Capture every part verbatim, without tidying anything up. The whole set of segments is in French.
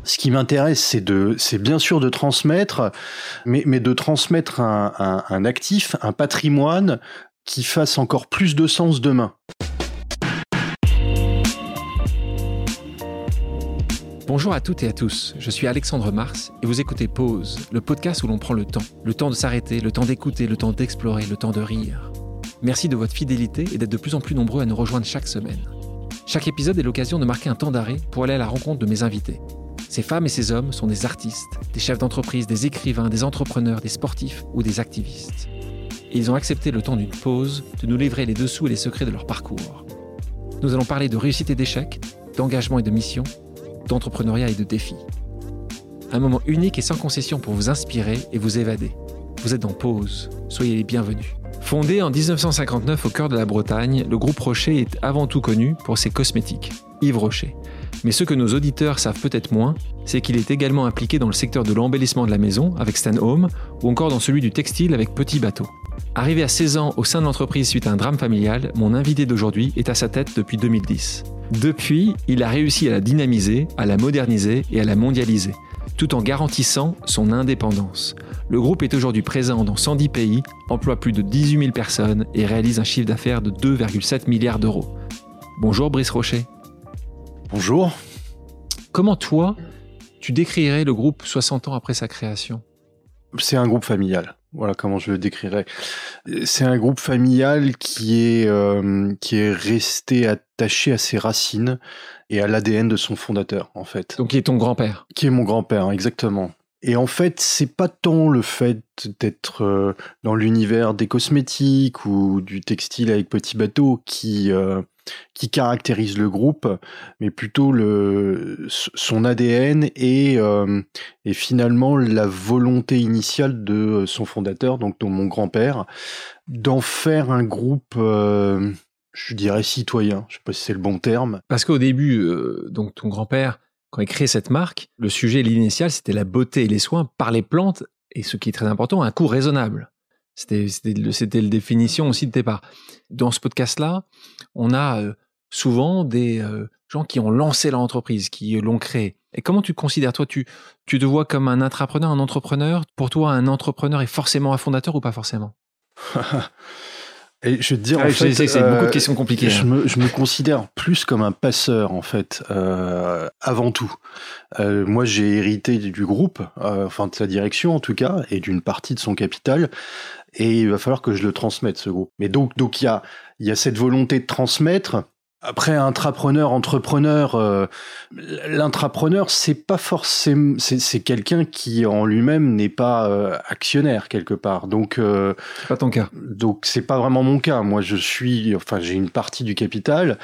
Ce qui m'intéresse, c'est de, c'est bien sûr de transmettre, mais, mais de transmettre un, un, un actif, un patrimoine qui fasse encore plus de sens demain. Bonjour à toutes et à tous, je suis Alexandre Mars et vous écoutez Pause, le podcast où l'on prend le temps. Le temps de s'arrêter, le temps d'écouter, le temps d'explorer, le temps de rire. Merci de votre fidélité et d'être de plus en plus nombreux à nous rejoindre chaque semaine. Chaque épisode est l'occasion de marquer un temps d'arrêt pour aller à la rencontre de mes invités. Ces femmes et ces hommes sont des artistes, des chefs d'entreprise, des écrivains, des entrepreneurs, des sportifs ou des activistes. Et ils ont accepté le temps d'une pause de nous livrer les dessous et les secrets de leur parcours. Nous allons parler de réussite et d'échec, d'engagement et de mission, d'entrepreneuriat et de défis. Un moment unique et sans concession pour vous inspirer et vous évader. Vous êtes en pause, soyez les bienvenus. Fondé en dix-neuf cent cinquante-neuf au cœur de la Bretagne, le groupe Rocher est avant tout connu pour ses cosmétiques, Yves Rocher. Mais ce que nos auditeurs savent peut-être moins, c'est qu'il est également impliqué dans le secteur de l'embellissement de la maison avec Stan Home ou encore dans celui du textile avec Petit Bateau. Arrivé à seize ans au sein de l'entreprise suite à un drame familial, mon invité d'aujourd'hui est à sa tête depuis deux mille dix. Depuis, il a réussi à la dynamiser, à la moderniser et à la mondialiser, tout en garantissant son indépendance. Le groupe est aujourd'hui présent dans cent dix pays, emploie plus de dix-huit mille personnes et réalise un chiffre d'affaires de deux virgule sept milliards d'euros. Bonjour Brice Rocher. Bonjour. Comment toi, tu décrirais le groupe soixante ans après sa création ? C'est un groupe familial. Voilà comment je le décrirais. C'est un groupe familial qui est euh, qui est resté attaché à ses racines et à l'A D N de son fondateur, en fait. Donc qui est ton grand-père ? Qui est mon grand-père, exactement. Et en fait, c'est pas tant le fait d'être euh, dans l'univers des cosmétiques ou du textile avec Petit Bateau qui euh, qui caractérise le groupe, mais plutôt le son A D N et euh, et finalement la volonté initiale de son fondateur, donc de mon grand-père, d'en faire un groupe, euh, je dirais citoyen. Je sais pas si c'est le bon terme. Parce qu'au début, euh, donc ton grand-père, quand il crée cette marque, le sujet, l'initial, c'était la beauté et les soins par les plantes, et ce qui est très important, à un coût raisonnable. C'était, c'était, le, c'était la définition aussi de départ. Dans ce podcast-là, on a euh, souvent des euh, gens qui ont lancé leur entreprise, qui l'ont créée. Et comment tu te considères, toi, tu, tu te vois comme un intrapreneur, un entrepreneur ? Pour toi, un entrepreneur est forcément un fondateur ou pas forcément ? Et je veux te dire, ah, en je fait, sais, c'est euh, beaucoup de questions compliquées. Je, hein. me, je me considère plus comme un passeur, en fait, euh, avant tout. Euh, moi, j'ai hérité du groupe, euh, enfin de sa direction en tout cas, et d'une partie de son capital, et il va falloir que je le transmette, ce groupe. Mais donc, donc il y a, il y a cette volonté de transmettre. Après, intrapreneur, entrepreneur, euh, l'intrapreneur, c'est pas forcément, c'est, c'est quelqu'un qui en lui-même n'est pas euh, actionnaire quelque part. Donc, euh, c'est pas ton cas. Donc, c'est pas vraiment mon cas. Moi, je suis, enfin, j'ai une partie du capital.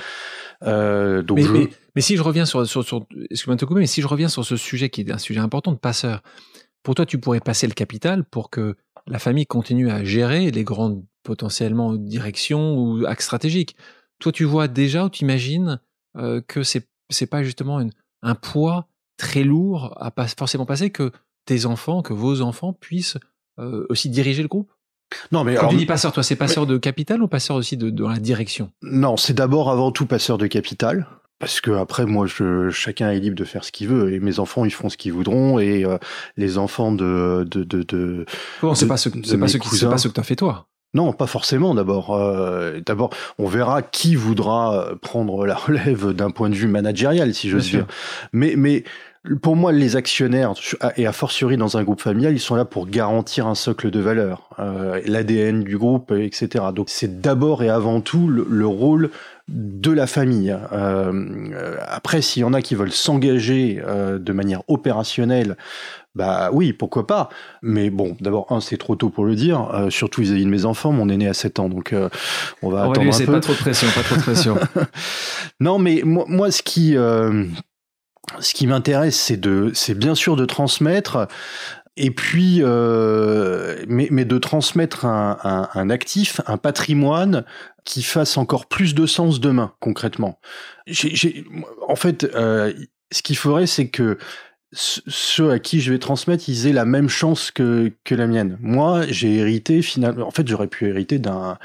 Euh, donc mais, je... mais, mais si je reviens sur, sur, sur, excuse-moi de te couper, mais si je reviens sur ce sujet qui est un sujet important de passeur, pour toi, tu pourrais passer le capital pour que la famille continue à gérer les grandes potentiellement directions ou axes stratégiques. Toi, tu vois déjà ou tu imagines euh, que c'est c'est pas justement une, un poids très lourd à pas forcément passer, que tes enfants, que vos enfants puissent euh, aussi diriger le groupe ? Non, mais quand alors, tu dis passeur, toi, c'est passeur mais... de capital ou passeur aussi de, de dans la direction ? Non, c'est d'abord avant tout passeur de capital. Parce que après, moi, je, chacun est libre de faire ce qu'il veut, et mes enfants, ils font ce qu'ils voudront, et euh, les enfants de de de de. Bon, c'est de, pas ce, c'est pas ce qui, c'est pas ce que t'as fait toi. Non, pas forcément. D'abord, euh, d'abord, on verra qui voudra prendre la relève d'un point de vue managérial, si j'ose dire. Mais, mais pour moi, les actionnaires, et a fortiori dans un groupe familial, ils sont là pour garantir un socle de valeurs, euh, l'A D N du groupe, et cetera. Donc, c'est d'abord et avant tout le, le rôle de la famille. Euh, après, s'il y en a qui veulent s'engager euh, de manière opérationnelle, bah oui, pourquoi pas. Mais bon, d'abord, un, c'est trop tôt pour le dire, euh, surtout vis-à-vis de mes enfants. Mon aîné a sept ans, donc euh, on va on attendre va lui, un peu. Pas trop de pression, pas trop de pression. Non, mais moi, moi ce qui, euh, ce qui m'intéresse, c'est de, c'est bien sûr de transmettre. Et puis, euh, mais, mais de transmettre un, un, un actif, un patrimoine qui fasse encore plus de sens demain, concrètement. J'ai, j'ai, en fait, euh, ce qu'il faudrait, c'est que ceux à qui je vais transmettre, ils aient la même chance que, que la mienne. Moi, j'ai hérité finalement, en fait, j'aurais pu hériter d'un,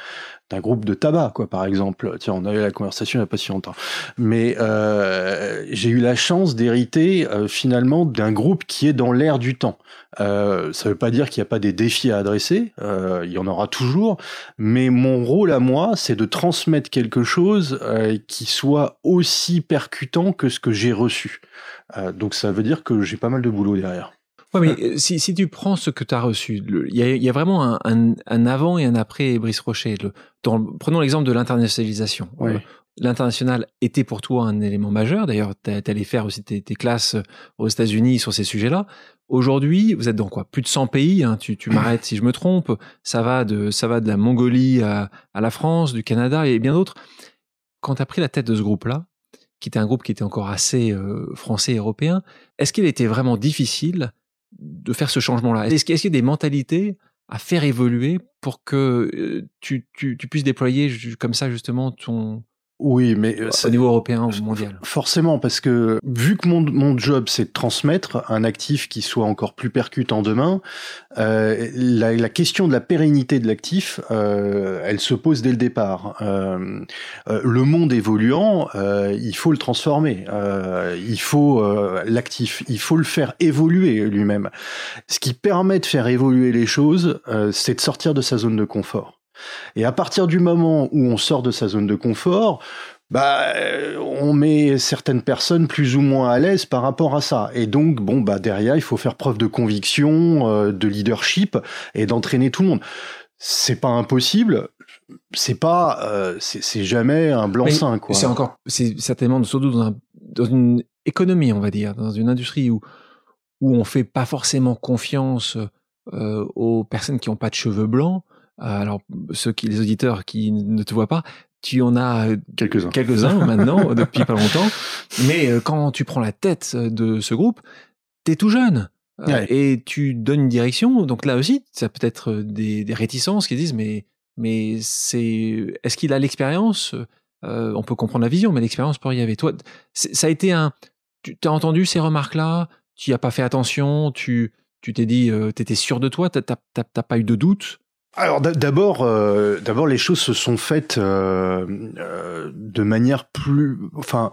d'un groupe de tabac, quoi, par exemple. Tiens, on a eu la conversation il n'y a pas si longtemps. Mais euh, j'ai eu la chance d'hériter euh, finalement d'un groupe qui est dans l'air du temps. Euh, ça ne veut pas dire qu'il n'y a pas des défis à adresser, euh, il y en aura toujours, mais mon rôle à moi, c'est de transmettre quelque chose euh, qui soit aussi percutant que ce que j'ai reçu. Euh, donc ça veut dire que j'ai pas mal de boulot derrière. Ouais, mais si, si tu prends ce que tu as reçu, il y a, y a vraiment un, un, un avant et un après Brice Rocher. Le, dans, prenons l'exemple de l'internationalisation. Oui. Euh, L'international était pour toi un élément majeur. D'ailleurs, tu es allé faire aussi tes, tes classes aux États-Unis sur ces sujets-là. Aujourd'hui, vous êtes dans quoi? Plus de cent pays, hein, tu, tu m'arrêtes si je me trompe. Ça va de, ça va de la Mongolie à, à la France, du Canada et bien d'autres. Quand tu as pris la tête de ce groupe-là, qui était un groupe qui était encore assez euh, français et européen, est-ce qu'il était vraiment difficile de faire ce changement-là? Est-ce qu'il y a des mentalités à faire évoluer pour que euh, tu, tu, tu puisses déployer comme ça justement ton... Oui, mais au niveau européen ou mondial. Forcément, parce que vu que mon, mon job c'est de transmettre un actif qui soit encore plus percutant demain, euh, la, la question de la pérennité de l'actif, euh, elle se pose dès le départ. Euh, euh, le monde évoluant, euh, il faut le transformer. Euh, il faut euh, l'actif, il faut le faire évoluer lui-même. Ce qui permet de faire évoluer les choses, euh, c'est de sortir de sa zone de confort. Et à partir du moment où on sort de sa zone de confort, bah, on met certaines personnes plus ou moins à l'aise par rapport à ça. Et donc, bon, bah, derrière, il faut faire preuve de conviction, euh, de leadership et d'entraîner tout le monde. C'est pas impossible. C'est pas, euh, c'est, c'est jamais un blanc-seing, quoi. C'est encore, c'est certainement surtout dans, un, dans une économie, on va dire, dans une industrie où, où on fait pas forcément confiance euh, aux personnes qui ont pas de cheveux blancs. Alors, ceux qui, les auditeurs qui ne te voient pas, tu en as quelques-uns, quelques-uns maintenant, depuis pas longtemps. Mais quand tu prends la tête de ce groupe, t'es tout jeune. Ouais. Et tu donnes une direction. Donc là aussi, ça peut être des, des réticences qui disent, mais, mais c'est, est-ce qu'il a l'expérience? euh, On peut comprendre la vision, mais l'expérience pour y aller. Toi, ça a été un, tu as entendu ces remarques-là, tu n'y as pas fait attention, tu, tu t'es dit, euh, t'étais sûr de toi, t'as, t'as, t'as, t'as pas eu de doute? Alors d'abord, euh, d'abord les choses se sont faites euh, euh, de manière plus, enfin,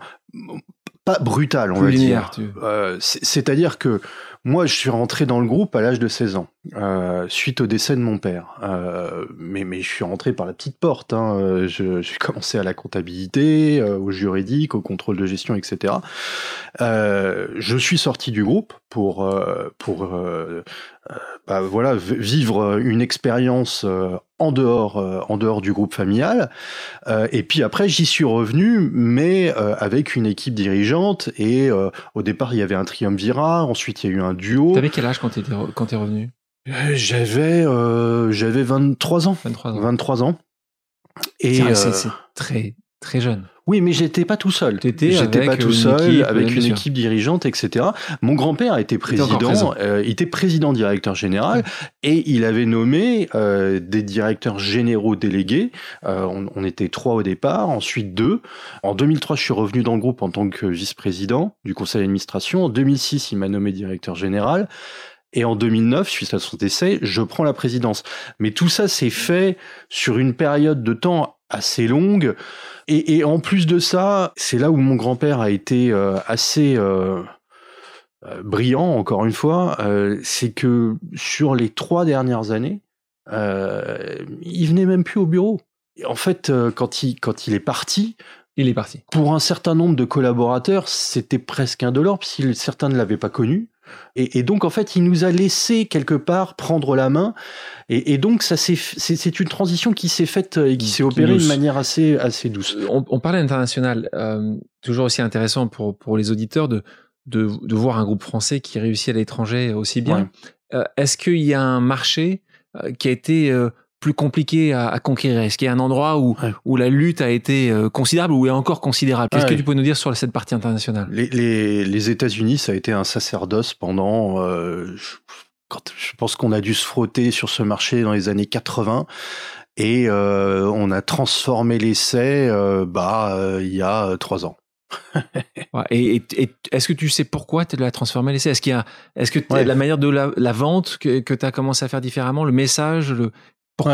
pas brutale, on plus va linéaire, dire. Euh, c'est-à-dire que moi, je suis rentré dans le groupe à l'âge de seize ans, euh, suite au décès de mon père. Euh, mais, mais je suis rentré par la petite porte. Hein. Je, j'ai commencé à la comptabilité, euh, au juridique, au contrôle de gestion, et cetera. Euh, je suis sorti du groupe pour, euh, pour euh, euh, bah, voilà, vivre une expérience euh, en dehors, euh, en dehors du groupe familial. Euh, et puis après, j'y suis revenu, mais euh, avec une équipe dirigeante. Et euh, au départ, il y avait un triumvirat. Ensuite, il y a eu un duo. T'avais quel âge quand t'étais re- quand t'es revenu? J'avais, euh, j'avais vingt-trois ans. vingt-trois ans. vingt-trois ans. Et c'est, euh... c'est, c'est très, très jeune. Oui, mais j'étais pas tout seul. T'étais j'étais avec pas tout une seul, équipe, avec bien une sûr. équipe dirigeante, et cetera. Mon grand-père était président, euh, il était président directeur général, ouais. Et il avait nommé euh, des directeurs généraux délégués. Euh, on, on était trois au départ, ensuite deux. En deux mille trois, je suis revenu dans le groupe en tant que vice-président du conseil d'administration. En deux mille six, il m'a nommé directeur général. Et en deux mille neuf, suite à son décès, je prends la présidence. Mais tout ça s'est fait sur une période de temps assez longue. Et, et en plus de ça, c'est là où mon grand-père a été euh, assez euh, euh, brillant, encore une fois. Euh, c'est que sur les trois dernières années, euh, il venait même plus au bureau. Et en fait, euh, quand il, quand il est parti... Il est parti. Pour un certain nombre de collaborateurs, c'était presque indolore, puisque certains ne l'avaient pas connu. Et, et donc, en fait, il nous a laissé quelque part prendre la main. Et, et donc, ça s'est, c'est, c'est une transition qui s'est faite et qui s'est opérée de manière assez, assez douce. On, on parlait d'international. Euh, toujours aussi intéressant pour, pour les auditeurs de, de, de voir un groupe français qui réussit à l'étranger aussi bien. Ouais. Euh, est-ce qu'il y a un marché euh, qui a été... Euh, plus compliqué à, à conquérir? Est-ce qu'il y a un endroit où, ouais. où la lutte a été euh, considérable ou est encore considérable? Qu'est-ce ah, que ouais. tu peux nous dire sur cette partie internationale? Les, les, les États-Unis, ça a été un sacerdoce pendant... Euh, je, quand, je pense qu'on a dû se frotter sur ce marché dans les années quatre-vingts et euh, on a transformé l'essai euh, bah, euh, il y a trois ans. ouais, et, et, et est-ce que tu sais pourquoi tu l'as transformé l'essai? Est-ce qu'il y a, est-ce que ouais. la manière de la, la vente que, que tu as commencé à faire différemment, le message, le... Pourquoi? ouais, ouais.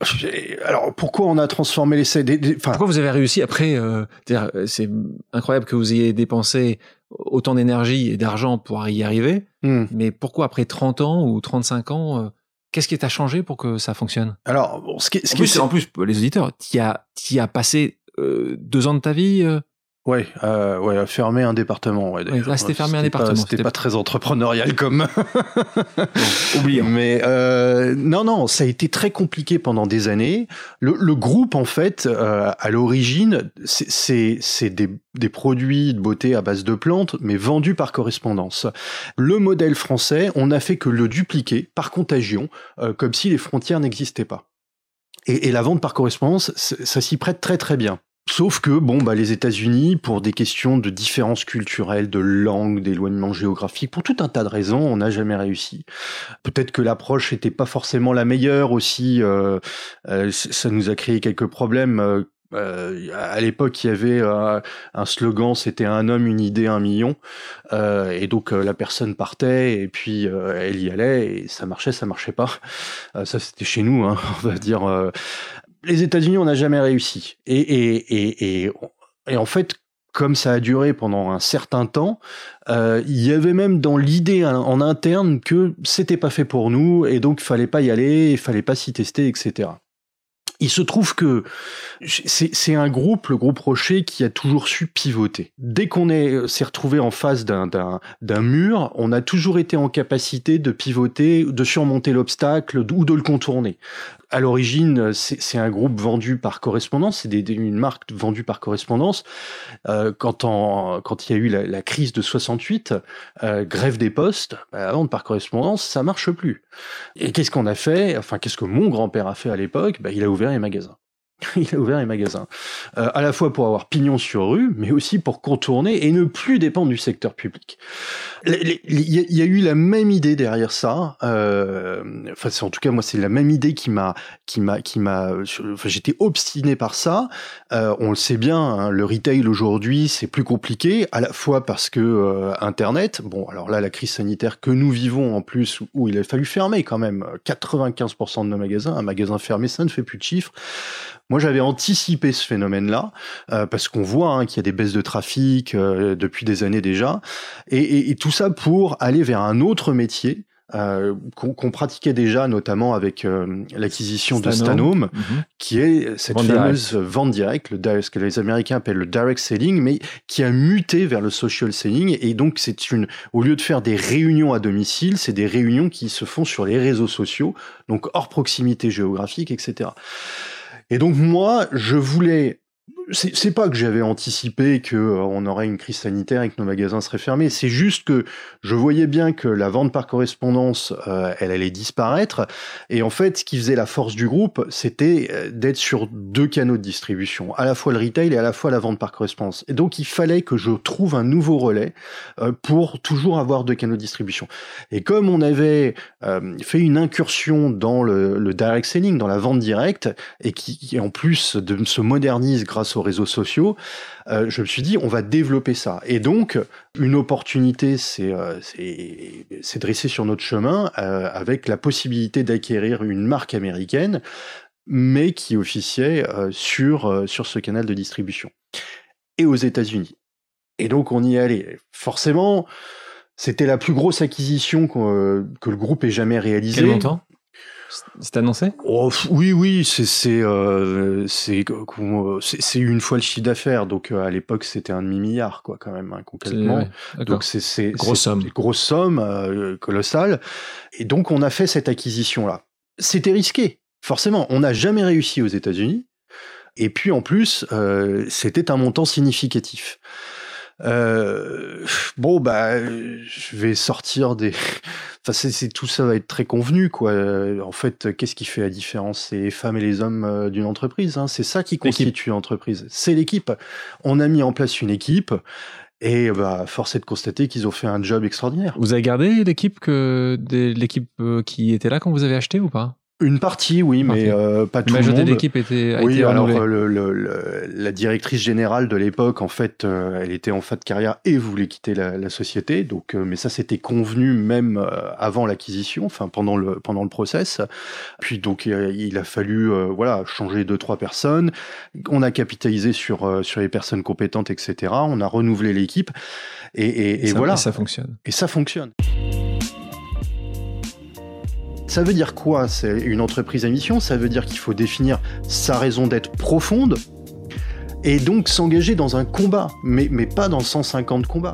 Alors, pourquoi on a transformé l'essai des, des, Pourquoi vous avez réussi après euh, c'est incroyable que vous ayez dépensé autant d'énergie et d'argent pour y arriver, hmm. mais pourquoi après trente ans ou trente-cinq ans, euh, qu'est-ce qui t'a changé pour que ça fonctionne? Alors, bon, ce qui, ce en, qui plus, en plus, les auditeurs, t'y as, t'y as passé euh, deux ans de ta vie euh... Ouais, euh, ouais, fermer un département. Ouais, ouais, là, c'était fermer un département. Pas, c'était, c'était pas très entrepreneurial comme. Bon, oublions. Mais euh, non, non, ça a été très compliqué pendant des années. Le, le groupe, en fait, euh, à l'origine, c'est, c'est, c'est des, des produits de beauté à base de plantes, mais vendus par correspondance. Le modèle français, on n'a fait que le dupliquer par contagion, euh, comme si les frontières n'existaient pas. Et, et la vente par correspondance, ça s'y prête très très bien. Sauf que, bon, bah, les États-Unis, pour des questions de différences culturelles, de langue, d'éloignement géographique, pour tout un tas de raisons, on n'a jamais réussi. Peut-être que l'approche n'était pas forcément la meilleure aussi. Euh, euh, ça nous a créé quelques problèmes. Euh, Euh, à l'époque, il y avait euh, un slogan, c'était un homme, une idée, un million. Euh, et donc euh, la personne partait et puis euh, elle y allait et ça marchait, ça marchait pas. Euh, ça, c'était chez nous, hein, on va dire. Euh, les États-Unis, on n'a jamais réussi. Et, et, et, et, et en fait, comme ça a duré pendant un certain temps, euh, il y avait même dans l'idée en interne que c'était pas fait pour nous et donc il fallait pas y aller, il fallait pas s'y tester, et cetera. Il se trouve que c'est, c'est un groupe, le groupe Rocher, qui a toujours su pivoter. Dès qu'on est, s'est retrouvé en face d'un, d'un, d'un mur, on a toujours été en capacité de pivoter, de surmonter l'obstacle ou de le contourner. À l'origine, c'est, c'est un groupe vendu par correspondance, c'est des, des, une marque vendue par correspondance. Euh, quand, en, quand il y a eu la, la crise de soixante-huit, euh, grève des postes, bah, la vente par correspondance, ça marche plus. Et qu'est-ce qu'on a fait? Enfin, qu'est-ce que mon grand-père a fait à l'époque? Bah, il a ouvert les magasins. Il a ouvert les magasins. Euh, à la fois pour avoir pignon sur rue, mais aussi pour contourner et ne plus dépendre du secteur public. Il y, y a eu la même idée derrière ça. Euh, enfin, c'est, en tout cas, moi, c'est la même idée qui m'a, qui m'a, qui m'a. Enfin, j'étais obstiné par ça. Euh, on le sait bien, hein, le retail aujourd'hui, c'est plus compliqué, à la fois parce que euh, Internet. Bon, alors là, la crise sanitaire que nous vivons en plus, où il a fallu fermer quand même quatre-vingt-quinze pour cent de nos magasins. Un magasin fermé, ça ne fait plus de chiffres. Moi, j'avais anticipé ce phénomène-là, euh, parce qu'on voit hein, qu'il y a des baisses de trafic euh, depuis des années déjà, et, et, et tout ça pour aller vers un autre métier euh, qu'on, qu'on pratiquait déjà, notamment avec euh, l'acquisition Stanome. de Stanome, mm-hmm. qui est cette vente fameuse direct. vente directe, le, ce que les Américains appellent le direct selling, mais qui a muté vers le social selling, et donc c'est une, au lieu de faire des réunions à domicile, c'est des réunions qui se font sur les réseaux sociaux, donc hors proximité géographique, et cetera. Et donc moi, je voulais, c'est, c'est pas que j'avais anticipé que euh, on aurait une crise sanitaire et que nos magasins seraient fermés, c'est juste que je voyais bien que la vente par correspondance, euh, elle allait disparaître, et en fait, ce qui faisait la force du groupe, c'était d'être sur deux canaux de distribution, à la fois le retail et à la fois la vente par correspondance. Et donc, il fallait que je trouve un nouveau relais euh, pour toujours avoir deux canaux de distribution. Et comme on avait euh, fait une incursion dans le, le direct selling, dans la vente directe, et qui, qui en plus de, se modernise grâce aux réseaux sociaux, euh, je me suis dit, on va développer ça. Et donc, une opportunité s'est, euh, s'est, s'est dressée sur notre chemin euh, avec la possibilité d'acquérir une marque américaine, mais qui officiait euh, sur, euh, sur ce canal de distribution. Et aux États-Unis. Et donc, on y est allé. Forcément, c'était la plus grosse acquisition que, que le groupe ait jamais réalisée. Quel montant ? C'est annoncé ? Oh, oui, oui, c'est c'est, euh, c'est c'est c'est une fois le chiffre d'affaires, donc euh, à l'époque c'était un demi milliard quoi quand même hein, concrètement. C'est, ouais, donc c'est c'est grosse c'est somme, une grosse somme euh, colossale. Et donc on a fait cette acquisition là. C'était risqué, forcément. On n'a jamais réussi aux États-Unis. Et puis en plus, euh, c'était un montant significatif. Euh, bon bah je vais sortir des enfin c'est, c'est tout ça va être très convenu quoi. En fait, qu'est-ce qui fait la différence? C'est les femmes et les hommes d'une entreprise hein. C'est ça qui constitue l'entreprise, c'est l'équipe. On a mis en place une équipe et bah force est de constater qu'ils ont fait un job extraordinaire. Vous avez gardé l'équipe que l'équipe qui était là quand vous avez acheté ou pas? Une partie, oui, mais euh, pas tout le monde. La majorité de l'équipe était, a oui, été alors renouvelée. le, le, le, la directrice générale de l'époque, en fait, euh, elle était en fin de carrière et voulait quitter la, la société. Donc, euh, mais ça, c'était convenu même euh, avant l'acquisition, enfin pendant le pendant le process. Puis donc, euh, il a fallu, euh, voilà, changer deux trois personnes. On a capitalisé sur euh, sur les personnes compétentes, et cetera. On a renouvelé l'équipe et, et, et, et ça, voilà. Et ça fonctionne. Et ça fonctionne. Ça veut dire quoi? C'est une entreprise à mission, ça veut dire qu'il faut définir sa raison d'être profonde et donc s'engager dans un combat, mais, mais pas dans cent cinquante combats.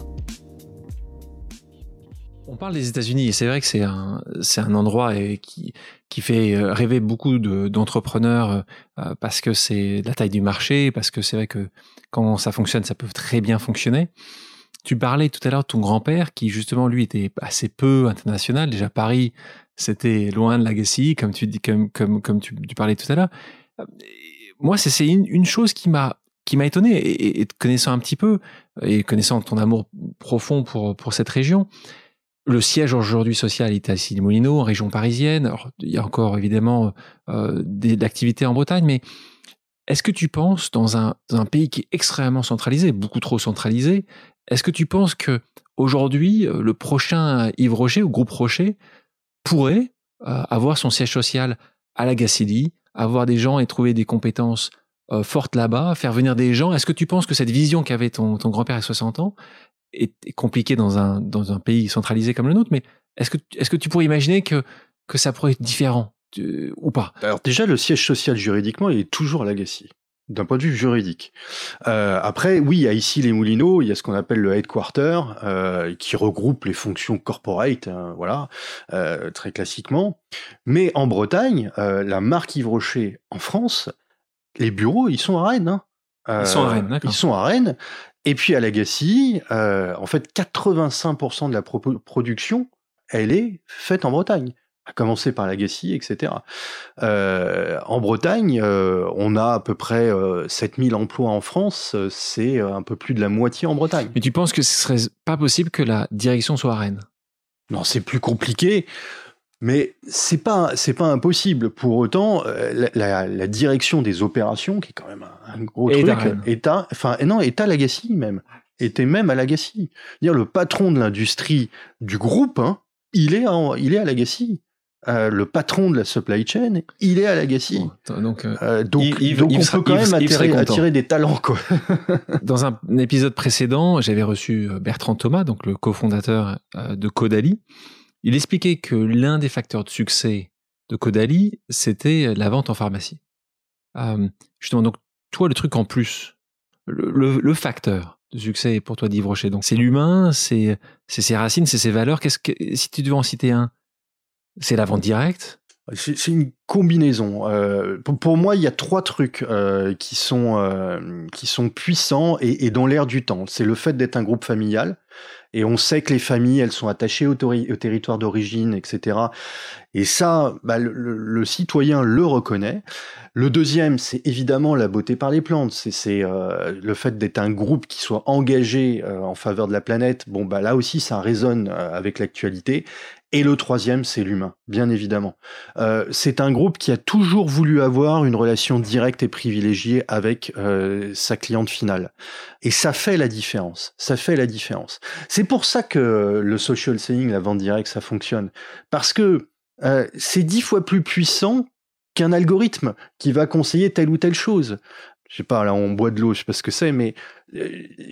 On parle des États-Unis et c'est vrai que c'est un, c'est un endroit qui, qui fait rêver beaucoup de, d'entrepreneurs euh, parce que c'est la taille du marché, parce que c'est vrai que quand ça fonctionne, ça peut très bien fonctionner. Tu parlais tout à l'heure de ton grand-père qui justement lui était assez peu international. Déjà Paris, c'était loin de Legacy, comme tu dis, comme comme comme tu, tu parlais tout à l'heure. Moi, c'est, c'est une, une chose qui m'a qui m'a étonné et, et, et te connaissant un petit peu et connaissant ton amour profond pour pour cette région. Le siège aujourd'hui social est à Issy-les-Moulineaux, en région parisienne. Alors, il y a encore évidemment euh, des activités en Bretagne, mais est-ce que tu penses dans un dans un pays qui est extrêmement centralisé, beaucoup trop centralisé? Est-ce que tu penses que aujourd'hui le prochain Yves Rocher ou Groupe Rocher pourrait euh, avoir son siège social à la Gacilly, avoir des gens et trouver des compétences euh, fortes là-bas, faire venir des gens? Est-ce que tu penses que cette vision qu'avait ton, ton grand-père à soixante ans est, est compliquée dans un, dans un pays centralisé comme le nôtre, mais est-ce que, est-ce que tu pourrais imaginer que, que ça pourrait être différent tu, ou pas? Alors déjà, le siège social juridiquement, il est toujours à la Gacilly, d'un point de vue juridique. Euh, après, oui, à Issy-les-Moulineaux, il y a ce qu'on appelle le headquarter, euh, qui regroupe les fonctions corporate, hein, voilà, euh, très classiquement. Mais en Bretagne, euh, la marque Yves Rocher en France, les bureaux, ils sont à Rennes. Hein. Euh, ils sont à Rennes, d'accord. Ils sont à Rennes. Et puis à la Gacilly, euh, en fait, quatre-vingt-cinq pour cent de la pro- production, elle est faite en Bretagne. À commencer par la Gacilly, et cetera. Euh, en Bretagne, euh, on a à peu près euh, sept mille emplois en France, c'est un peu plus de la moitié en Bretagne. Mais tu penses que ce serait pas possible que la direction soit à Rennes? Non, c'est plus compliqué, mais c'est pas, c'est pas impossible. Pour autant, euh, la, la, la direction des opérations, qui est quand même un, un gros et truc, est à, enfin, non, est à la Gacilly même. Était même à la Gacilly. Dire le patron de l'industrie du groupe, hein, il est, en, il est à la Gacilly. Euh, le patron de la supply chain, il est à la Gacilly. Bon, donc, euh, donc, Yves, donc Yves, on Yves, peut quand Yves, même attirer, attirer des talents, quoi. Dans un, un épisode précédent, j'avais reçu Bertrand Thomas, donc le cofondateur de Caudalie. Il expliquait que l'un des facteurs de succès de Caudalie, c'était la vente en pharmacie. Euh, justement, donc toi, le truc en plus, le, le, le facteur de succès pour toi d'Yves Rocher, donc c'est l'humain, c'est, c'est ses racines, c'est ses valeurs. Qu'est-ce que, si tu devais en citer un, c'est la vente directe? C'est, c'est une combinaison. Euh, pour, pour moi, il y a trois trucs euh, qui sont euh, qui sont puissants et, et dans l'air du temps. C'est le fait d'être un groupe familial. Et on sait que les familles, elles sont attachées au, tori- au territoire d'origine, et cetera. Et ça, bah, le, le, le citoyen le reconnaît. Le deuxième, c'est évidemment la beauté par les plantes. C'est, c'est euh, le fait d'être un groupe qui soit engagé euh, en faveur de la planète. Bon, bah là aussi, ça résonne euh, avec l'actualité. Et le troisième, c'est l'humain, bien évidemment. Euh, c'est un groupe qui a toujours voulu avoir une relation directe et privilégiée avec euh, sa cliente finale. Et ça fait la différence. Ça fait la différence. C'est pour ça que le social selling, la vente directe, ça fonctionne. Parce que euh, c'est dix fois plus puissant qu'un algorithme qui va conseiller telle ou telle chose. Je sais pas, là on boit de l'eau, je sais pas ce que c'est, mais euh,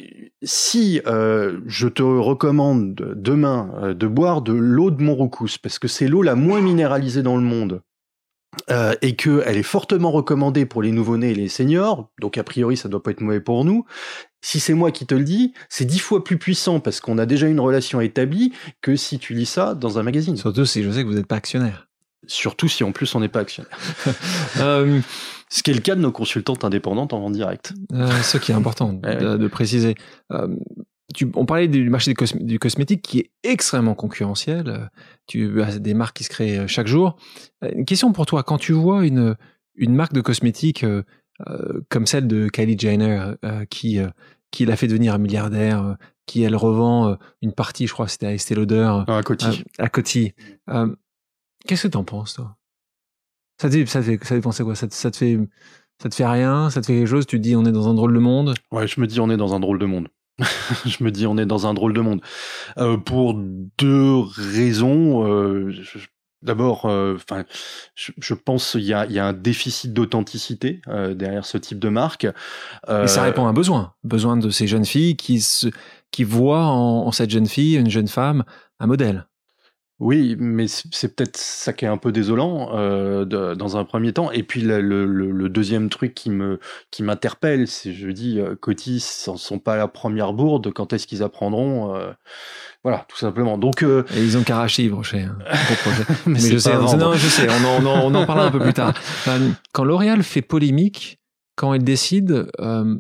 si euh, je te recommande demain euh, de boire de l'eau de Montroucous, parce que c'est l'eau la moins minéralisée dans le monde, euh, et qu'elle est fortement recommandée pour les nouveau-nés et les seniors, donc a priori ça doit pas être mauvais pour nous, si c'est moi qui te le dis, c'est dix fois plus puissant parce qu'on a déjà une relation établie que si tu lis ça dans un magazine. Surtout si je sais que vous n'êtes pas actionnaire. Surtout si en plus on n'est pas actionnaire. euh, ce qui est le cas de nos consultantes indépendantes en vente directe. Euh, ce qui est important ouais, de, ouais. de préciser. Euh, tu, on parlait du marché du, cosm- du cosmétique qui est extrêmement concurrentiel. Tu as des marques qui se créent chaque jour. Une question pour toi, quand tu vois une, une marque de cosmétique euh, euh, comme celle de Kylie Jenner euh, qui, euh, qui l'a fait devenir un milliardaire, euh, qui elle revend euh, une partie, je crois que c'était à Estée Lauder, à Coty. À, à Coty. Euh, Qu'est-ce que t'en penses, toi? Ça te, ça te fait, ça te pensait quoi? Ça te, ça te fait, ça te fait rien? Ça te fait quelque chose? Tu te dis, on est dans un drôle de monde? Ouais, je me dis, on est dans un drôle de monde. je me dis, on est dans un drôle de monde. Euh, pour deux raisons. Euh, je, D'abord, enfin, euh, je, je pense qu'il y a, il y a un déficit d'authenticité euh, derrière ce type de marque. Euh, Et ça répond à un besoin, besoin de ces jeunes filles qui se, qui voient en, en cette jeune fille, une jeune femme, un modèle. Oui, mais c'est peut-être ça qui est un peu désolant euh, de, dans un premier temps. Et puis le, le, le deuxième truc qui me qui m'interpelle, c'est je dis euh, Coty, ce ne sont pas la première bourde. Quand est-ce qu'ils apprendront euh, Voilà, tout simplement. Donc euh... et ils ont Karachi, Brochet. Hein, mais, mais je sais, non, je sais. On en, on en, on en parlera un peu plus tard. Quand L'Oréal fait polémique, quand elle décide euh,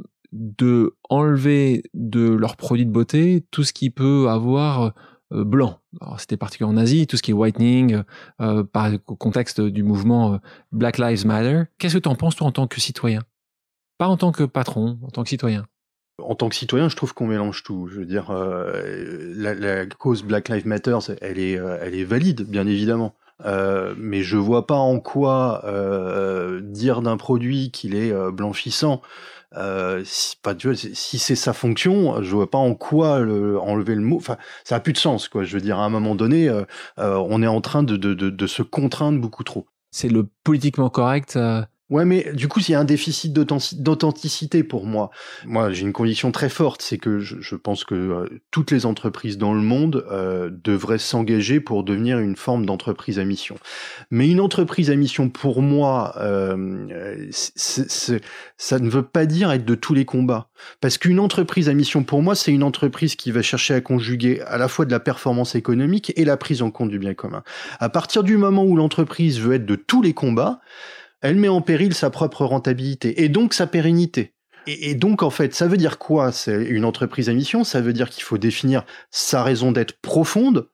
de enlever de leurs produits de beauté tout ce qui peut avoir Euh, blanc. Alors, c'était particulier en Asie, tout ce qui est whitening, euh, par au contexte du mouvement euh, Black Lives Matter. Qu'est-ce que tu en penses, toi, en tant que citoyen? Pas en tant que patron, en tant que citoyen. En tant que citoyen, je trouve qu'on mélange tout. Je veux dire, euh, la, la cause Black Lives Matter, elle est, elle est valide, bien évidemment. Euh, mais je vois pas en quoi euh, dire d'un produit qu'il est euh, blanchissant. Euh, si, pas, tu vois, si c'est sa fonction, je vois pas en quoi le, enlever le mot. Enfin, ça a plus de sens, quoi. Je veux dire, à un moment donné, euh, euh, on est en train de, de, de, de se contraindre beaucoup trop. C'est le politiquement correct. Euh... Ouais, mais du coup, il y a un déficit d'authenticité pour moi. Moi, j'ai une conviction très forte, c'est que je, je pense que euh, toutes les entreprises dans le monde euh, devraient s'engager pour devenir une forme d'entreprise à mission. Mais une entreprise à mission, pour moi, euh, c'est, c'est, ça ne veut pas dire être de tous les combats. Parce qu'une entreprise à mission, pour moi, c'est une entreprise qui va chercher à conjuguer à la fois de la performance économique et la prise en compte du bien commun. À partir du moment où l'entreprise veut être de tous les combats, elle met en péril sa propre rentabilité et donc sa pérennité. Et, et donc, en fait, ça veut dire quoi? C'est une entreprise à mission, ça veut dire qu'il faut définir sa raison d'être profonde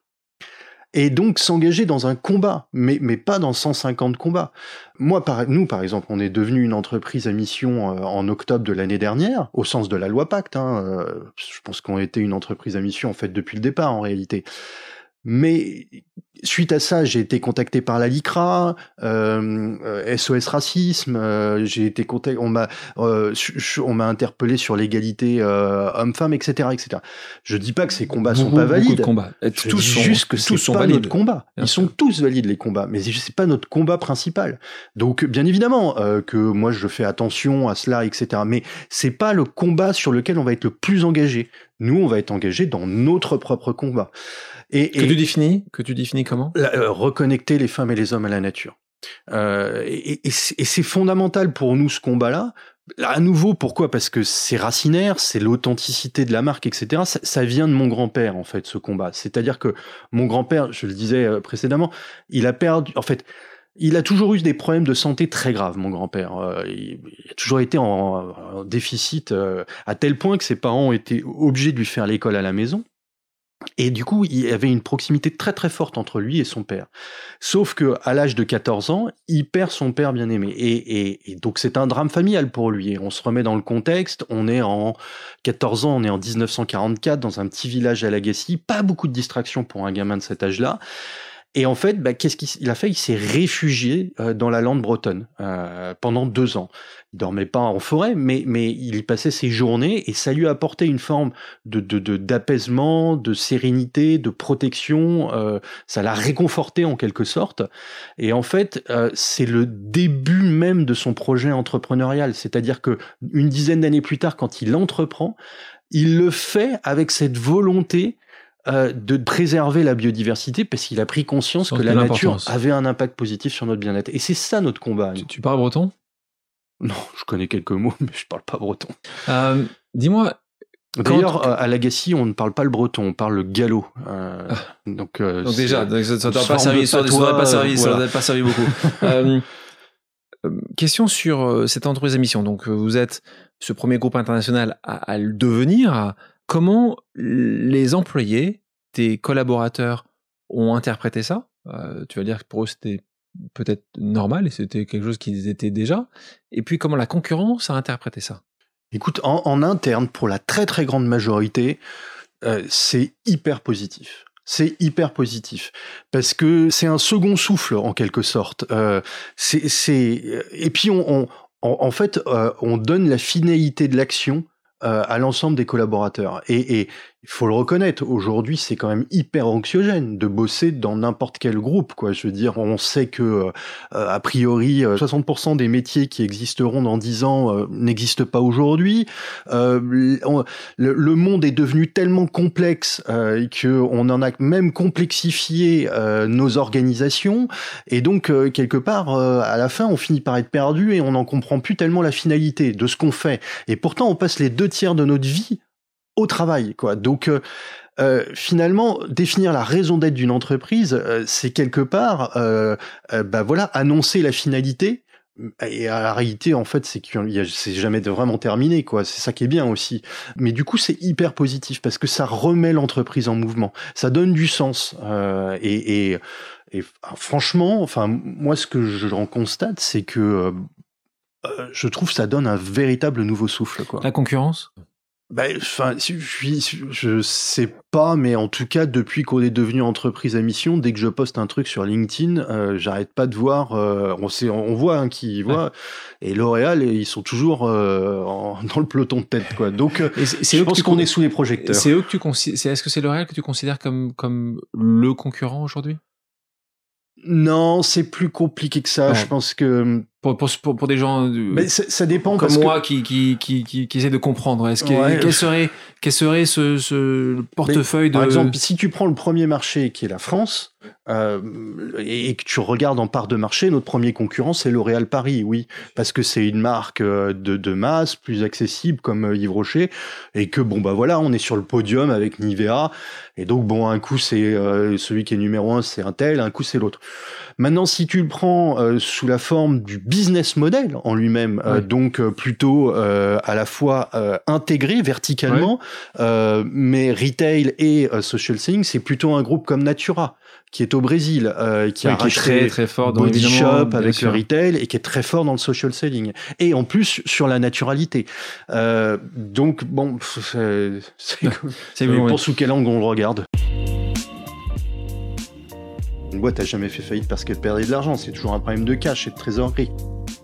et donc s'engager dans un combat, mais, mais pas dans cent cinquante combats. Moi, par, nous, par exemple, on est devenu une entreprise à mission euh, en octobre de l'année dernière, au sens de la loi Pacte. Hein, euh, je pense qu'on était une entreprise à mission, en fait, depuis le départ, en réalité. Mais suite à ça, j'ai été contacté par la LICRA, euh, euh, S O S Racisme. Euh, j'ai été contacté, on m'a, euh, on m'a interpellé sur l'égalité euh, homme-femme, et cetera, et cetera. Je dis pas que ces combats beaucoup, sont pas valides. Beaucoup de combats. Je tous dis sont, juste que c'est pas valides. Notre combat. Bien Ils sûr. sont tous valides les combats, mais c'est pas notre combat principal. Donc, bien évidemment euh, que moi je fais attention à cela, et cetera. Mais c'est pas le combat sur lequel on va être le plus engagé. Nous, on va être engagé dans notre propre combat. Et, que et tu définis Que tu définis comment la, euh, reconnecter les femmes et les hommes à la nature. Euh, et, et, et c'est fondamental pour nous ce combat-là. À nouveau, pourquoi? Parce que c'est racinaire, c'est l'authenticité de la marque, et cetera. Ça, ça vient de mon grand-père, en fait, ce combat. C'est-à-dire que mon grand-père, je le disais précédemment, il a perdu... En fait, il a toujours eu des problèmes de santé très graves, mon grand-père. Euh, il, il a toujours été en, en déficit, euh, à tel point que ses parents ont été obligés de lui faire l'école à la maison. Et du coup, il y avait une proximité très très forte entre lui et son père. Sauf que à l'âge de quatorze ans, il perd son père bien-aimé. Et, et, et donc c'est un drame familial pour lui. Et on se remet dans le contexte. On est en quatorze ans, on est en dix-neuf cent quarante-quatre dans un petit village à Lagacy. Pas beaucoup de distractions pour un gamin de cet âge-là. Et en fait, bah, qu'est-ce qu'il a fait? Il s'est réfugié euh, dans la lande bretonne euh, pendant deux ans. Il dormait pas en forêt, mais mais il y passait ses journées et ça lui a apporté une forme de de, de d'apaisement, de sérénité, de protection. Euh, ça l'a réconforté en quelque sorte. Et en fait, euh, c'est le début même de son projet entrepreneurial. C'est-à-dire que une dizaine d'années plus tard, quand il entreprend, il le fait avec cette volonté Euh, de préserver la biodiversité parce qu'il a pris conscience que la nature avait un impact positif sur notre bien-être. Et c'est ça notre combat. Tu, tu parles breton? Non, je connais quelques mots, mais je parle pas breton. Euh, dis-moi... D'ailleurs, quand... à Lagacy, on ne parle pas le breton, on parle le gallo. Euh, ah. donc, euh, donc déjà, donc ça ne pas servi, ça n'aurait pas servi, voilà. Ça n'aurait pas servi beaucoup. euh, question sur euh, cette entreprise à mission. Donc, vous êtes ce premier groupe international à, à le devenir. À... Comment les employés, tes collaborateurs, ont interprété ça? euh, Tu vas dire que pour eux, c'était peut-être normal et c'était quelque chose qu'ils étaient déjà. Et puis, comment la concurrence a interprété ça? Écoute, en, en interne, pour la très très grande majorité, euh, c'est hyper positif. C'est hyper positif parce que c'est un second souffle en quelque sorte. Euh, c'est, c'est et puis on, on en, en fait euh, on donne la finalité de l'action euh, à l'ensemble des collaborateurs et, et il faut le reconnaître, aujourd'hui, c'est quand même hyper anxiogène de bosser dans n'importe quel groupe, quoi. Je veux dire, on sait que, euh, a priori, soixante pour cent des métiers qui existeront dans dix ans euh, n'existent pas aujourd'hui. Euh, on, le, le monde est devenu tellement complexe euh, qu'on en a même complexifié euh, nos organisations. Et donc, euh, quelque part, euh, à la fin, on finit par être perdu et on n'en comprend plus tellement la finalité de ce qu'on fait. Et pourtant, on passe les deux tiers de notre vie au travail, quoi. Donc, euh, euh, finalement, définir la raison d'être d'une entreprise, euh, c'est quelque part, euh, euh, bah voilà, annoncer la finalité. Et à la réalité, en fait, c'est que c'est jamais vraiment terminé, quoi. C'est ça qui est bien aussi. Mais du coup, c'est hyper positif parce que ça remet l'entreprise en mouvement. Ça donne du sens. Euh, et, et, et franchement, enfin, moi, ce que j'en constate, c'est que euh, je trouve que ça donne un véritable nouveau souffle, quoi. La concurrence ? Ben, enfin, je suis, je sais pas, mais en tout cas, depuis qu'on est devenu entreprise à mission, dès que je poste un truc sur LinkedIn, euh, j'arrête pas de voir. Euh, on sait, on voit hein, qui voit. Ouais. Et L'Oréal, ils sont toujours euh, en, dans le peloton de tête, quoi. Donc, c'est je pense qu'on est sous les projecteurs. C'est eux que tu considères. Est-ce que c'est L'Oréal que tu considères comme comme le concurrent aujourd'hui ? Non, c'est plus compliqué que ça. Ouais. Je pense que pour pour pour, pour des gens mais ça, ça dépend comme parce moi que... qui qui qui qui qui essaie de comprendre. Est-ce que ouais. quel serait quel serait ce ce portefeuille mais, de par exemple, si tu prends le premier marché qui est la France euh, et, et que tu regardes en part de marché, notre premier concurrent c'est L'Oréal Paris, oui, parce que c'est une marque de de masse, plus accessible comme Yves Rocher et que bon bah voilà, on est sur le podium avec Nivea et donc bon un coup c'est euh, celui qui est numéro un c'est un tel, un coup c'est l'autre. Maintenant, si tu le prends euh, sous la forme du business model en lui-même, euh, ouais. donc euh, plutôt euh, à la fois euh, intégré verticalement, ouais. euh, mais retail et euh, social selling, c'est plutôt un groupe comme Natura qui est au Brésil, euh, qui oui, a qui est très très fort dans Body Shop avec sûr. le retail et qui est très fort dans le social selling et en plus sur la naturalité. Euh, donc bon, c'est, c'est, c'est bon, pour ouais. sous quel angle on le regarde. Une boîte n'a jamais fait faillite parce qu'elle perdait de l'argent, c'est toujours un problème de cash et de trésorerie.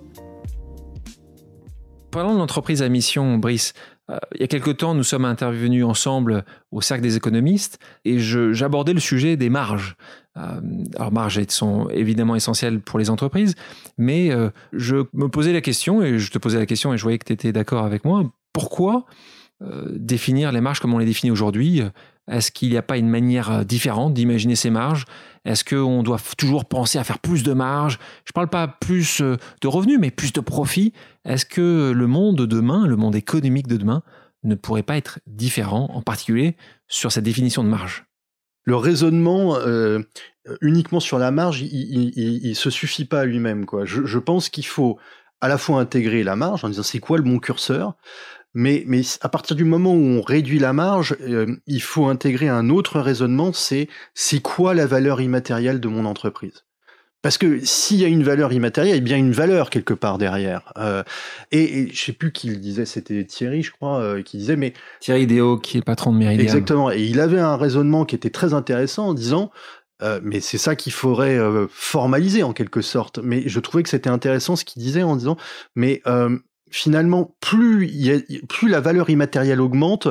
Parlons de l'entreprise à mission, Brice. Euh, il y a quelque temps, nous sommes intervenus ensemble au Cercle des économistes et je, j'abordais le sujet des marges. Euh, alors, marges sont évidemment essentielles pour les entreprises, mais euh, je me posais la question, et je te posais la question et je voyais que tu étais d'accord avec moi, pourquoi euh, définir les marges comme on les définit aujourd'hui ? Est-ce qu'il n'y a pas une manière différente d'imaginer ces marges ? Est-ce qu'on doit toujours penser à faire plus de marge ? Je ne parle pas plus de revenus, mais plus de profit. Est-ce que le monde de demain, le monde économique de demain, ne pourrait pas être différent, en particulier sur cette définition de marge ? Le raisonnement euh, uniquement sur la marge, il ne se suffit pas à lui-même, quoi. Je, je pense qu'il faut à la fois intégrer la marge en disant c'est quoi le bon curseur ? Mais, mais à partir du moment où on réduit la marge, euh, il faut intégrer un autre raisonnement, c'est c'est quoi la valeur immatérielle de mon entreprise ? Parce que s'il y a une valeur immatérielle, il y a bien une valeur quelque part derrière. Euh, et, et je sais plus qui le disait, c'était Thierry, je crois, euh, qui disait, mais... Thierry Déo, qui est le patron de Meridiam. Exactement, et il avait un raisonnement qui était très intéressant en disant... Euh, mais c'est ça qu'il faudrait euh, formaliser en quelque sorte. Mais je trouvais que c'était intéressant ce qu'il disait en disant, mais... Euh, finalement, plus, y a, plus la valeur immatérielle augmente,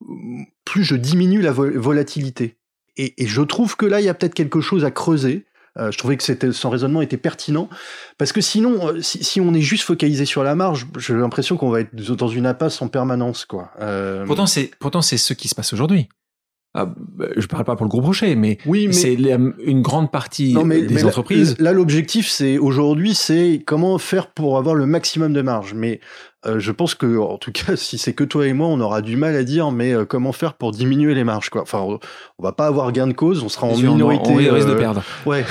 plus je diminue la vol- volatilité. Et, et je trouve que là, il y a peut-être quelque chose à creuser. Euh, je trouvais que c'était, son raisonnement était pertinent. Parce que sinon, euh, si, si on est juste focalisé sur la marge, j'ai l'impression qu'on va être dans une impasse en permanence, quoi. Euh... Pourtant, c'est, pourtant, c'est ce qui se passe aujourd'hui. Ah, je parle pas pour le groupe Rocher, mais, oui, mais c'est une grande partie non, mais, des mais entreprises. Là, là, l'objectif, c'est aujourd'hui, c'est comment faire pour avoir le maximum de marge. Mais euh, je pense que, en tout cas, si c'est que toi et moi, on aura du mal à dire, mais euh, comment faire pour diminuer les marges, quoi. Enfin, on, on va pas avoir gain de cause, on sera en sûr, minorité. On, on risque euh, de perdre. Ouais,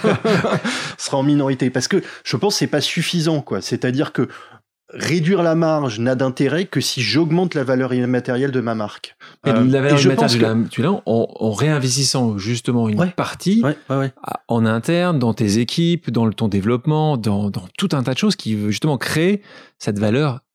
on sera en minorité parce que je pense que c'est pas suffisant, quoi. C'est-à-dire que réduire la marge n'a d'intérêt que si j'augmente la valeur immatérielle de ma marque. Et euh, la valeur immatérielle, tu l'as, en, en réinvestissant justement une ouais, partie ouais, ouais, ouais. en interne, dans tes équipes, dans le, ton développement, dans, dans tout un tas de choses qui justement créent cette valeur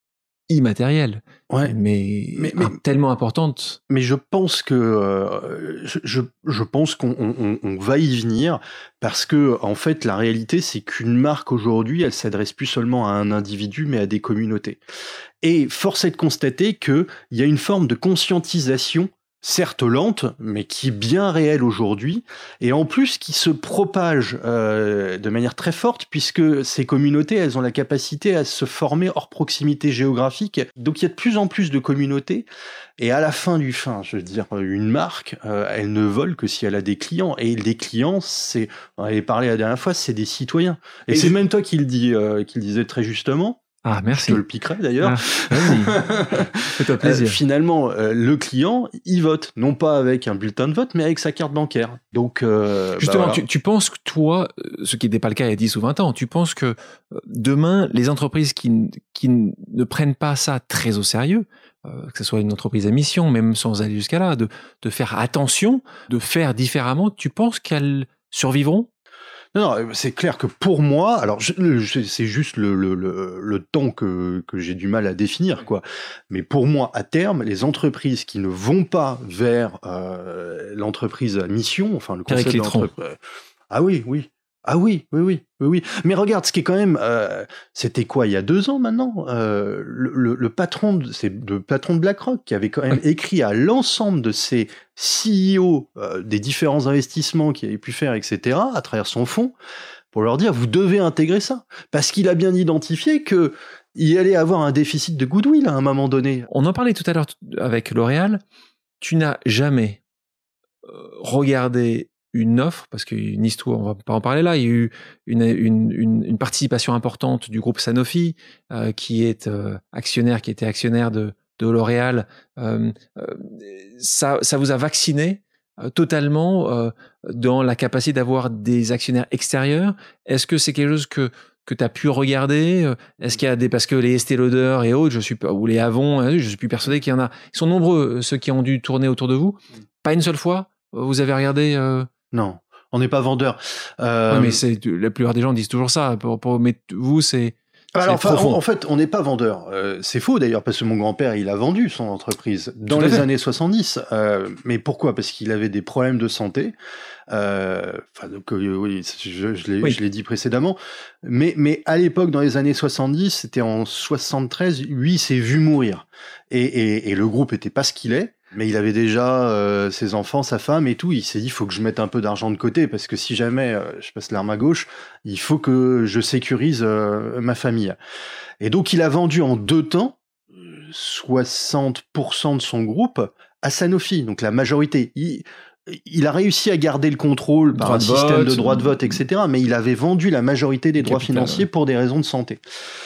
immatérielle, ouais. mais, mais, mais tellement importante. Mais je pense que euh, je, je, je pense qu'on on, on va y venir parce que en fait la réalité c'est qu'une marque aujourd'hui elle s'adresse plus seulement à un individu mais à des communautés. Et force est de constater que il y a une forme de conscientisation, certes lente, mais qui est bien réelle aujourd'hui, et en plus qui se propage euh, de manière très forte, puisque ces communautés, elles ont la capacité à se former hors proximité géographique. Donc il y a de plus en plus de communautés, et à la fin du fin, je veux dire, une marque, euh, elle ne vole que si elle a des clients, et les clients, c'est, on avait parlé la dernière fois, c'est des citoyens. Et, et c'est je... même toi qui le dis, euh, qui le disais très justement. Ah, merci. Je te le piquerai d'ailleurs. Ah, vas-y. Fais-toi plaisir. Euh, finalement, euh, le client, il vote, non pas avec un bulletin de vote, mais avec sa carte bancaire. Donc, euh, justement, bah voilà. tu, tu penses que toi, ce qui n'était pas le cas il y a dix ou vingt ans, tu penses que demain, les entreprises qui, qui ne prennent pas ça très au sérieux, euh, que ce soit une entreprise à mission, même sans aller jusqu'à là, de, de faire attention, de faire différemment, tu penses qu'elles survivront ? Non, non, c'est clair que pour moi, alors je, je, c'est juste le, le, le, le temps que, que j'ai du mal à définir, quoi. Mais pour moi, à terme, les entreprises qui ne vont pas vers euh, l'entreprise à mission, enfin le concept d'entreprise. Ah oui, oui. Ah oui, oui, oui, oui, oui. Mais regarde, ce qui est quand même, euh, oui. quoi, il y a deux ans maintenant, euh, le, le, le patron, de, c'est le patron de BlackRock qui avait quand même oui. écrit à l'ensemble de ses C E O euh, des différents investissements qu'il avait pu faire, et cetera, à travers son fonds, pour leur dire, vous devez intégrer ça, parce qu'il a bien identifié que il allait avoir un déficit de goodwill à un moment donné. On en parlait tout à l'heure avec L'Oréal. Tu n'as jamais euh, regardé une offre, parce qu'une histoire, on va pas en parler là, il y a eu une, une, une, une participation importante du groupe Sanofi, euh, qui est euh, actionnaire, qui était actionnaire de, de L'Oréal. Euh, euh, ça, ça vous a vacciné euh, totalement euh, dans la capacité d'avoir des actionnaires extérieurs. Est-ce que c'est quelque chose que que tu as pu regarder? Est-ce qu'il y a des, parce que les Estée Lauder et autres, je suis pas, ou les Avon, je suis plus persuadé qu'il y en a. Ils sont nombreux, ceux qui ont dû tourner autour de vous. Pas une seule fois, vous avez regardé euh... Non, on n'est pas vendeur. Euh... Ouais, mais c'est, la plupart des gens disent toujours ça. Pour, pour, mais vous, c'est. Alors, enfin, en, en fait, on n'est pas vendeur. Euh, c'est faux d'ailleurs, parce que mon grand-père, il a vendu son entreprise dans les années soixante-dix. Euh, mais pourquoi ? Parce qu'il avait des problèmes de santé. Euh, enfin, donc, euh, oui, je, je, l'ai, oui. je l'ai dit précédemment. Mais, mais à l'époque, dans les années soixante-dix, c'était en soixante-treize, lui, il s'est vu mourir. Et, et, et le groupe était pas ce qu'il est. Mais il avait déjà euh, ses enfants, sa femme et tout. Il s'est dit, il faut que je mette un peu d'argent de côté parce que si jamais euh, je passe l'arme à gauche, il faut que je sécurise euh, ma famille. Et donc, il a vendu en deux temps soixante pour cent de son groupe à Sanofi. Donc, la majorité. Il, il a réussi à garder le contrôle par un système de droit de vote, et cetera. Mais il avait vendu la majorité des droits financiers pour des raisons de santé.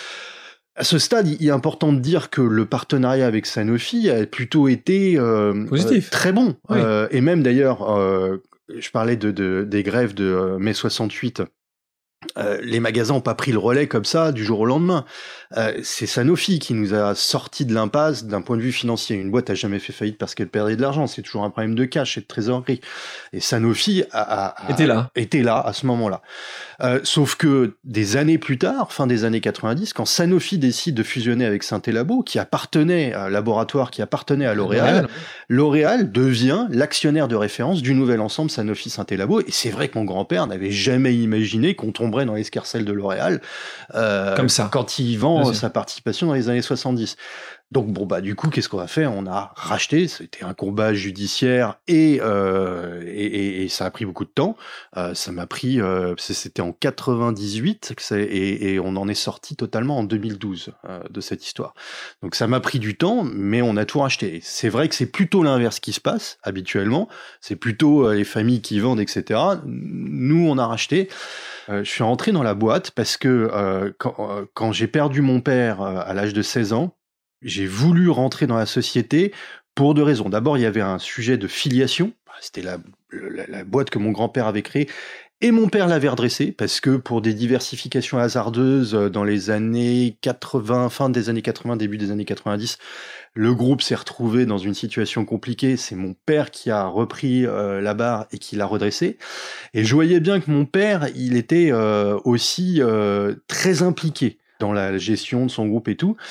À ce stade, il est important de dire que le partenariat avec Sanofi a plutôt été euh, positif, euh, très bon. Oui. Euh, et même d'ailleurs, euh, je parlais de, de, des grèves de euh, mai soixante-huit. Euh, les magasins n'ont pas pris le relais comme ça du jour au lendemain. Euh, c'est Sanofi qui nous a sorti de l'impasse d'un point de vue financier. Une boîte n'a jamais fait faillite parce qu'elle perdait de l'argent. C'est toujours un problème de cash et de trésorerie. Et Sanofi a, a, a était là. était là à ce moment-là. Euh, sauf que des années plus tard, fin des années quatre-vingt-dix, quand Sanofi décide de fusionner avec Synthélabo, qui appartenait à un laboratoire qui appartenait à L'Oréal, L'Oréal devient l'actionnaire de référence du nouvel ensemble Sanofi-Synthélabo. Et c'est vrai que mon grand-père n'avait jamais imaginé qu'on tomberait dans l'escarcelle de L'Oréal euh, comme ça quand il vend Vas-y. sa participation dans les années soixante-dix. Donc bon bah du coup qu'est-ce qu'on a fait ? On a racheté. C'était un combat judiciaire et euh, et, et, et ça a pris beaucoup de temps. Euh, ça m'a pris euh, c'était en quatre-vingt-dix-huit que c'est, et, et on en est sorti totalement en deux mille douze euh, de cette histoire. Donc ça m'a pris du temps, mais on a tout racheté. C'est vrai que c'est plutôt l'inverse qui se passe habituellement. C'est plutôt euh, les familles qui vendent, et cetera. Nous on a racheté. Euh, je suis rentré dans la boîte parce que euh, quand, euh, quand j'ai perdu mon père euh, à l'âge de seize ans, j'ai voulu rentrer dans la société pour deux raisons. D'abord, il y avait un sujet de filiation. C'était la, la, la boîte que mon grand-père avait créée. Et mon père l'avait redressée parce que pour des diversifications hasardeuses dans les années quatre-vingts, fin des années quatre-vingts, début des années quatre-vingt-dix, le groupe s'est retrouvé dans une situation compliquée. C'est mon père qui a repris euh, la barre et qui l'a redressée. Et je voyais bien que mon père, il était euh, aussi euh, très impliqué dans la gestion de son groupe et tout.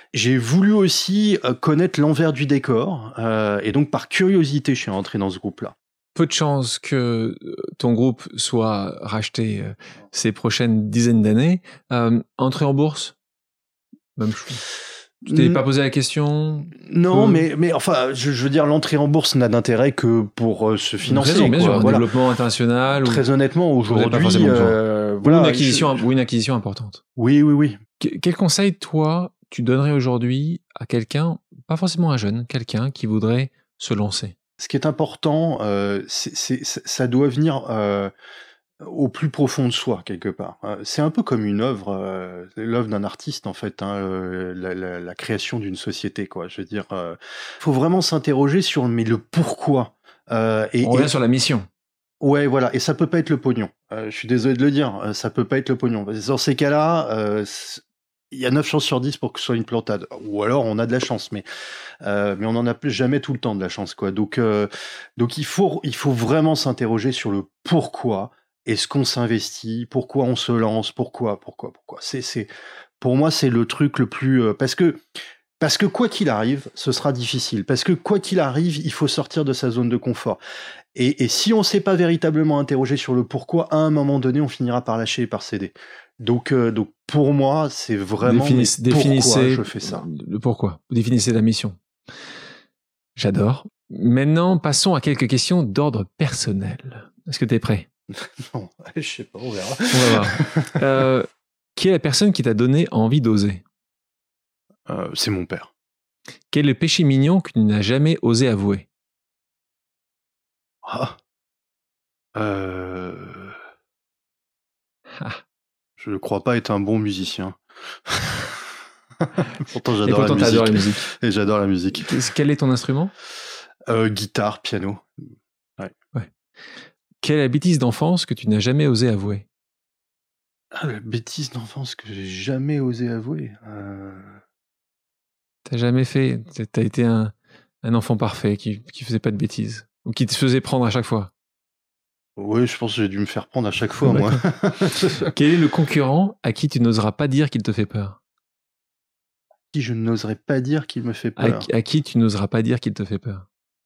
j'ai voulu aussi euh, connaître l'envers du décor, euh, et donc par curiosité, je suis rentré dans ce groupe-là. Peu de chances que ton groupe soit racheté euh, ces prochaines dizaines d'années. Euh, entrée en bourse, même chose. Tu t'es pas posé la question? Non, que... mais, mais enfin, je, je veux dire, l'entrée en bourse n'a d'intérêt que pour euh, se financer. Raison, bien quoi. sûr, un voilà. développement international. Très ou... honnêtement, aujourd'hui, euh, voilà, ou, une acquisition, je... ou une acquisition importante. Oui, oui, oui. Que, quel conseil, toi, tu donnerais aujourd'hui à quelqu'un, pas forcément un jeune, quelqu'un qui voudrait se lancer? Ce qui est important, euh, c'est, c'est, ça doit venir... Euh, au plus profond de soi, quelque part. C'est un peu comme une œuvre, euh, l'œuvre d'un artiste, en fait, hein, euh, la, la, la création d'une société, quoi. Je veux dire, il euh, faut vraiment s'interroger sur mais le pourquoi. Euh, et, On revient et, sur la mission. Ouais, voilà, et ça peut pas être le pognon. Euh, je suis désolé de le dire, ça peut pas être le pognon. Dans ces cas-là, euh, il y a neuf chances sur dix pour que ce soit une plantade. Ou alors, on a de la chance, mais euh, mais on en a jamais tout le temps de la chance, quoi. Donc, euh, donc il faut il faut vraiment s'interroger sur le pourquoi. Est-ce qu'on s'investit? Pourquoi on se lance? Pourquoi? Pourquoi? Pourquoi? C'est, c'est, pour moi, c'est le truc le plus... Euh, parce que, parce que quoi qu'il arrive, ce sera difficile. Parce que quoi qu'il arrive, il faut sortir de sa zone de confort. Et, et si on ne s'est pas véritablement interrogé sur le pourquoi, à un moment donné, on finira par lâcher et par céder. Donc, euh, donc pour moi, c'est vraiment... Définis, définissez pourquoi je fais ça. Le pourquoi. Vous définissez la mission. J'adore. Maintenant, passons à quelques questions d'ordre personnel. Est-ce que tu es prêt? Non, je sais pas, on verra. On va voir. Euh, qui est la personne qui t'a donné envie d'oser? euh, C'est mon père. Quel est le péché mignon que tu n'as jamais osé avouer? Ah. Euh... Ah. Je ne crois pas être un bon musicien. Pourtant, j'adore, Et pourtant, la, musique. la musique. Et j'adore la musique. Quel est ton instrument? euh, Guitare, piano. Ouais. Ouais. Quelle est la bêtise d'enfance que tu n'as jamais osé avouer? Ah, la bêtise d'enfance que j'ai jamais osé avouer. Euh... T'as jamais fait. T'as été un, un enfant parfait qui, qui faisait pas de bêtises. Ou qui te faisait prendre à chaque fois. Oui, je pense que j'ai dû me faire prendre à chaque fois, moi. Quel est le concurrent à qui tu n'oseras pas dire qu'il te fait peur? À qui je n'oserais pas dire qu'il me fait peur. À, à qui tu n'oseras pas dire qu'il te fait peur?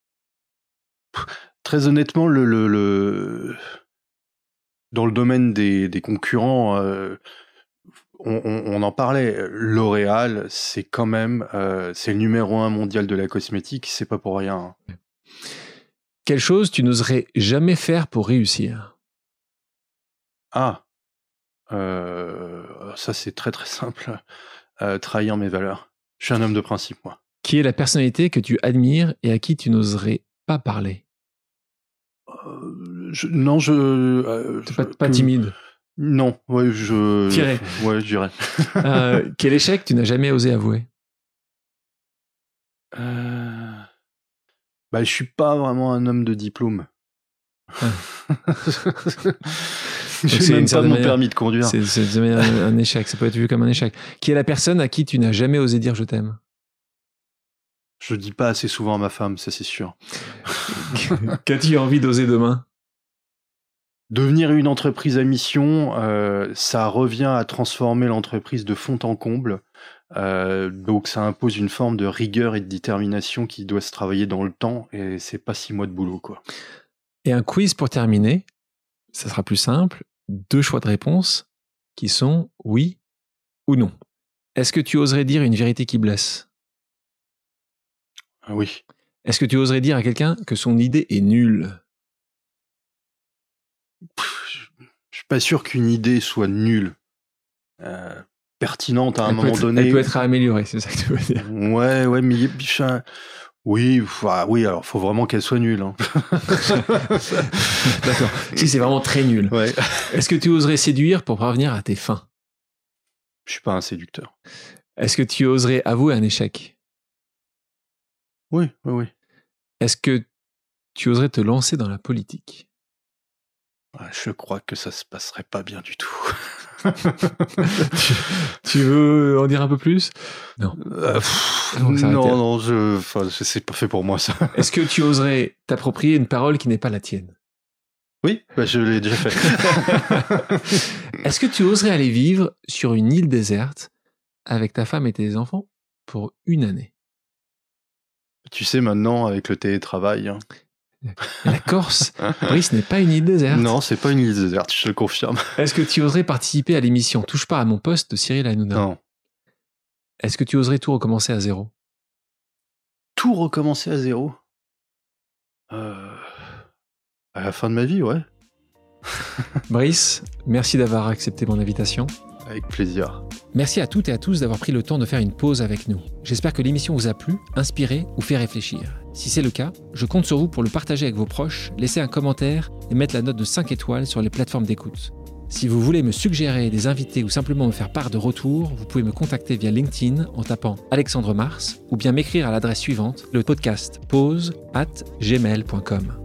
Très honnêtement, le, le, le... dans le domaine des, des concurrents, euh, on, on, on en parlait. L'Oréal, c'est quand même euh, c'est le numéro un mondial de la cosmétique, c'est pas pour rien. Quelle chose tu n'oserais jamais faire pour réussir? Ah, euh, ça c'est très très simple. Euh, trahir mes valeurs. Je suis un homme de principe, moi. Qui est la personnalité que tu admires et à qui tu n'oserais pas parler? Euh, je, non, je. Euh, T'es pas, pas que... timide? Non, ouais, je. Tiré. Ouais, je dirais. euh, quel échec tu n'as jamais osé avouer? euh... Bah, je suis pas vraiment un homme de diplôme. Ah. Je n'ai même pas mon manière, permis de conduire. C'est, c'est un, un échec, ça peut être vu comme un échec. Qui est la personne à qui tu n'as jamais osé dire je t'aime? Je dis pas assez souvent à ma femme, ça c'est sûr. Qu'as-tu envie d'oser demain? Devenir une entreprise à mission, euh, ça revient à transformer l'entreprise de fond en comble. Euh, donc ça impose une forme de rigueur et de détermination qui doit se travailler dans le temps, et c'est pas six mois de boulot, quoi. Et un quiz pour terminer, ça sera plus simple. Deux choix de réponse qui sont oui ou non. Est-ce que tu oserais dire une vérité qui blesse? Oui. Est-ce que tu oserais dire à quelqu'un que son idée est nulle? Pff, je suis pas sûr qu'une idée soit nulle. Euh, pertinente à un elle moment être, donné. Elle peut être améliorée, c'est ça que tu veux dire. Ouais, ouais, mais oui, ah, oui, alors faut vraiment qu'elle soit nulle. Hein. D'accord. Si c'est vraiment très nul. Ouais. Est-ce que tu oserais séduire pour parvenir à tes fins? Je suis pas un séducteur. Est-ce que tu oserais avouer un échec? Oui, oui, oui. Est-ce que tu oserais te lancer dans la politique? Je crois que ça se passerait pas bien du tout. tu, tu veux en dire un peu plus? Non. Euh, pff, non, non, je, enfin, c'est pas fait pour moi ça. Est-ce que tu oserais t'approprier une parole qui n'est pas la tienne? Oui, bah je l'ai déjà fait. Est-ce que tu oserais aller vivre sur une île déserte avec ta femme et tes enfants pour une année. Tu sais, maintenant, avec le télétravail... Hein. La Corse, Brice, n'est pas une île déserte. Non, c'est pas une île déserte, je te le confirme. Est-ce que tu oserais participer à l'émission Touche pas à mon poste de Cyril Hanouna? Non. Est-ce que tu oserais tout recommencer à zéro? Tout recommencer à zéro euh... À la fin de ma vie, ouais. Brice, merci d'avoir accepté mon invitation. Avec plaisir. Merci à toutes et à tous d'avoir pris le temps de faire une pause avec nous. J'espère que l'émission vous a plu, inspiré ou fait réfléchir. Si c'est le cas, je compte sur vous pour le partager avec vos proches, laisser un commentaire et mettre la note de cinq étoiles sur les plateformes d'écoute. Si vous voulez me suggérer des invités ou simplement me faire part de retours, vous pouvez me contacter via LinkedIn en tapant Alexandre Mars ou bien m'écrire à l'adresse suivante, le podcast pause arobase gmail point com.